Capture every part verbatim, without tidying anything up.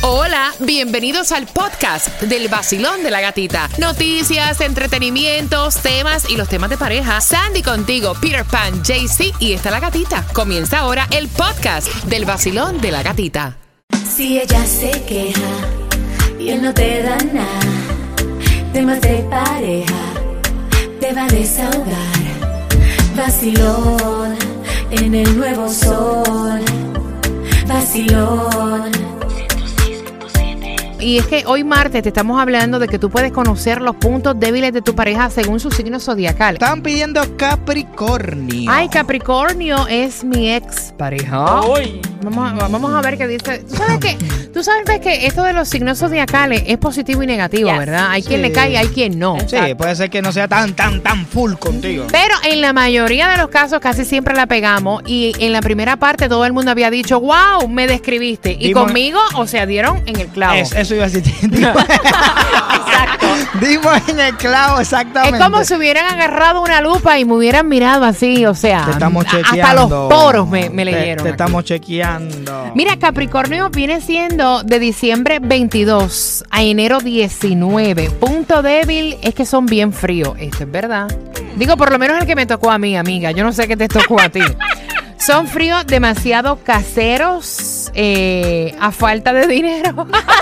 Hola, bienvenidos al podcast del Vacilón de la Gatita. Noticias, entretenimientos, temas y los temas de pareja. Sandy contigo, Peter Pan, J C y está la gatita. Comienza ahora el podcast del Vacilón de la Gatita. Si ella se queja y él no te da nada, temas de pareja, te va a desahogar. Vacilón en el nuevo sol. Vacilón. Y es que hoy martes te estamos hablando de que tú puedes conocer los puntos débiles de tu pareja según su signo zodiacal. Están pidiendo Capricornio. Ay, Capricornio es mi ex pareja. Uy. Vamos a, vamos a ver qué dice. Tú sabes que, tú sabes que esto de los signos zodiacales es positivo y negativo, yes, ¿verdad? Hay sí. quien le cae y hay quien no. Sí, exacto. Puede ser que no sea tan, tan, tan full contigo. Pero en la mayoría de los casos casi siempre la pegamos y en la primera parte todo el mundo había dicho, wow, me describiste. Y Dimos, conmigo, o sea, dieron en el clavo. Es, eso iba a decir. Exacto. Dimos en el clavo, exactamente. Es como si hubieran agarrado una lupa y me hubieran mirado así, o sea, te estamos chequeando. Hasta los poros me, me leyeron. Te, te estamos chequeando. Mira, Capricornio viene siendo de diciembre veintidós a enero diecinueve. Punto débil es que son bien fríos. Esto es verdad. Digo, por lo menos el que me tocó a mí, amiga. Yo no sé qué te tocó a ti. Son fríos demasiado caseros, eh, a falta de dinero.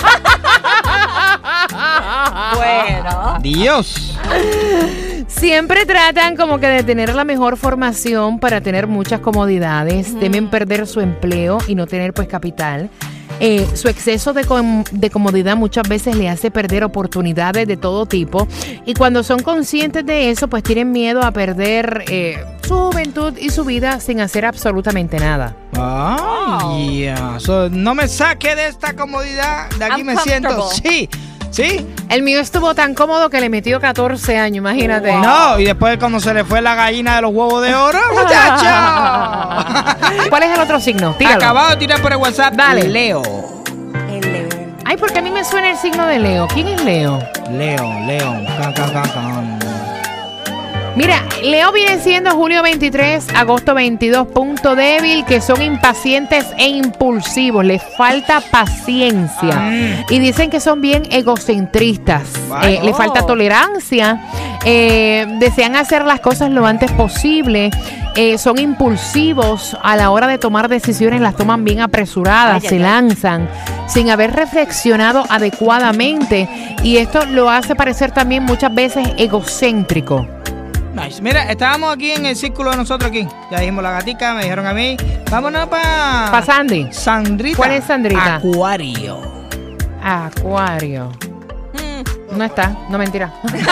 Bueno. Dios. Siempre tratan como que de tener la mejor formación para tener muchas comodidades. Mm. Temen perder su empleo y no tener pues capital. Eh, su exceso de, com- de comodidad muchas veces le hace perder oportunidades de todo tipo y cuando son conscientes de eso pues tienen miedo a perder eh, su juventud y su vida sin hacer absolutamente nada. Ay, yeah. So, no me saque de esta comodidad, de aquí I'm me siento, sí, sí. El mío estuvo tan cómodo que le metió catorce años, imagínate. Wow. No, y después cuando se le fue la gallina de los huevos de oro, muchacho. ¿Cuál es el otro signo? Tíralo. Acabado de tirar por el WhatsApp. Dale. Leo. El Leo. Ay, porque a mí me suena el signo de Leo. ¿Quién es Leo? Leo, Leo. Can, can, can, can. Mira, Leo viene siendo julio veintitrés, agosto veintidós, punto débil, que son impacientes e impulsivos, les falta paciencia mm. y dicen que son bien egocentristas, wow. eh, les falta tolerancia, eh, desean hacer las cosas lo antes posible, eh, son impulsivos a la hora de tomar decisiones, las toman bien apresuradas, ay, se ay, lanzan sin haber reflexionado adecuadamente y esto lo hace parecer también muchas veces egocéntrico. Nice. Mira, estábamos aquí en el círculo de nosotros aquí. Ya dijimos la gatica, me dijeron a mí. Vámonos para... ¿Para Sandy? Sandrita. ¿Cuál es Sandrita? Acuario. Acuario. Mm. No está, no mentira.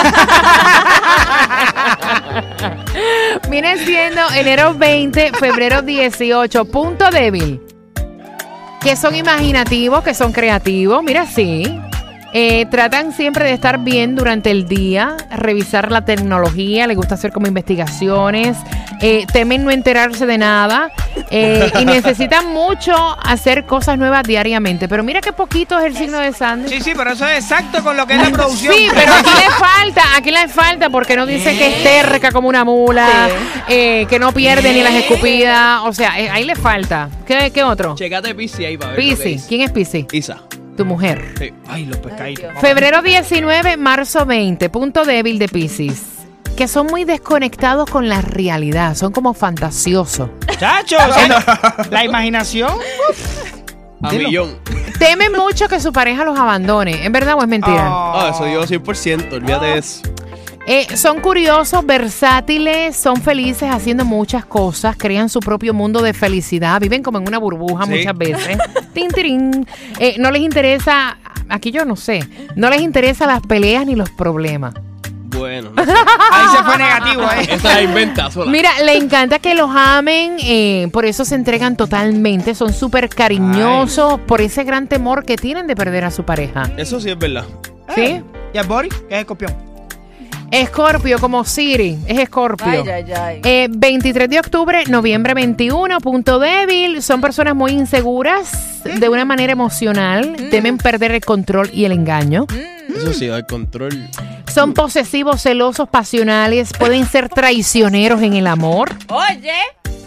Viene siendo enero veinte, febrero dieciocho. Punto débil. Que son imaginativos, que son creativos. Mira, sí. Eh, tratan siempre de estar bien durante el día, revisar la tecnología, les gusta hacer como investigaciones, eh, temen no enterarse de nada eh, y necesitan mucho hacer cosas nuevas diariamente. Pero mira qué poquito es el signo de Sandy. Sí, sí, pero eso es exacto con lo que es la producción. Sí, pero aquí le falta, aquí le falta porque no dice ¿Eh? que es terca como una mula, sí. eh, que no pierde ¿Eh? ni las escupidas, o sea, eh, ahí le falta. ¿Qué, qué otro? Checate Piscis ahí para ver. Piscis, ¿quién es Piscis? Isa. Tu mujer. Sí. Ay, los pescaditos. Febrero diecinueve, marzo veinte. Punto débil de Piscis. Que son muy desconectados con la realidad. Son como fantasiosos. Chachos, la imaginación. A millón. Temen mucho que su pareja los abandone. ¿Es verdad o es mentira? Ah, oh, eso digo cien por ciento. Olvídate de eso. Eh, son curiosos, versátiles, son felices haciendo muchas cosas, crean su propio mundo de felicidad, viven como en una burbuja sí. muchas veces. Tin, tirín. Eh, no les interesa, aquí yo no sé, no les interesa las peleas ni los problemas. Bueno, no sé. Ahí se fue negativo, ¿eh? Esa la inventa sola. Mira, le encanta que los amen, eh, por eso se entregan totalmente, son súper cariñosos, ay, por ese gran temor que tienen de perder a su pareja. Eso sí es verdad. ¿Sí? Eh, ¿Y el Boris? ¿Qué es escorpión? Escorpio, como Siri, es Escorpio. Ay, ay, ay. Eh, veintitrés de octubre, noviembre veintiuno, punto débil. Son personas muy inseguras mm. de una manera emocional. Mm. Temen perder el control y el engaño. Mm. Eso sí, el control. Son posesivos, celosos, pasionales. Pueden ser traicioneros en el amor. Oye.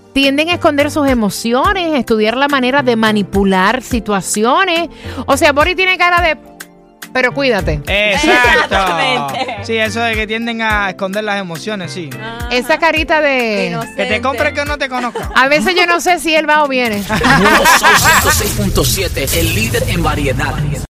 tienden a esconder sus emociones, estudiar la manera de manipular situaciones. O sea, Boris tiene cara de... Pero cuídate. Exacto. Exactamente. Sí, eso de que tienden a esconder las emociones, sí. Ajá. Esa carita de... Inocente. Que te compre que no te conozca. A veces yo no sé si él va o viene. Sol ciento seis punto siete, el líder en variedad.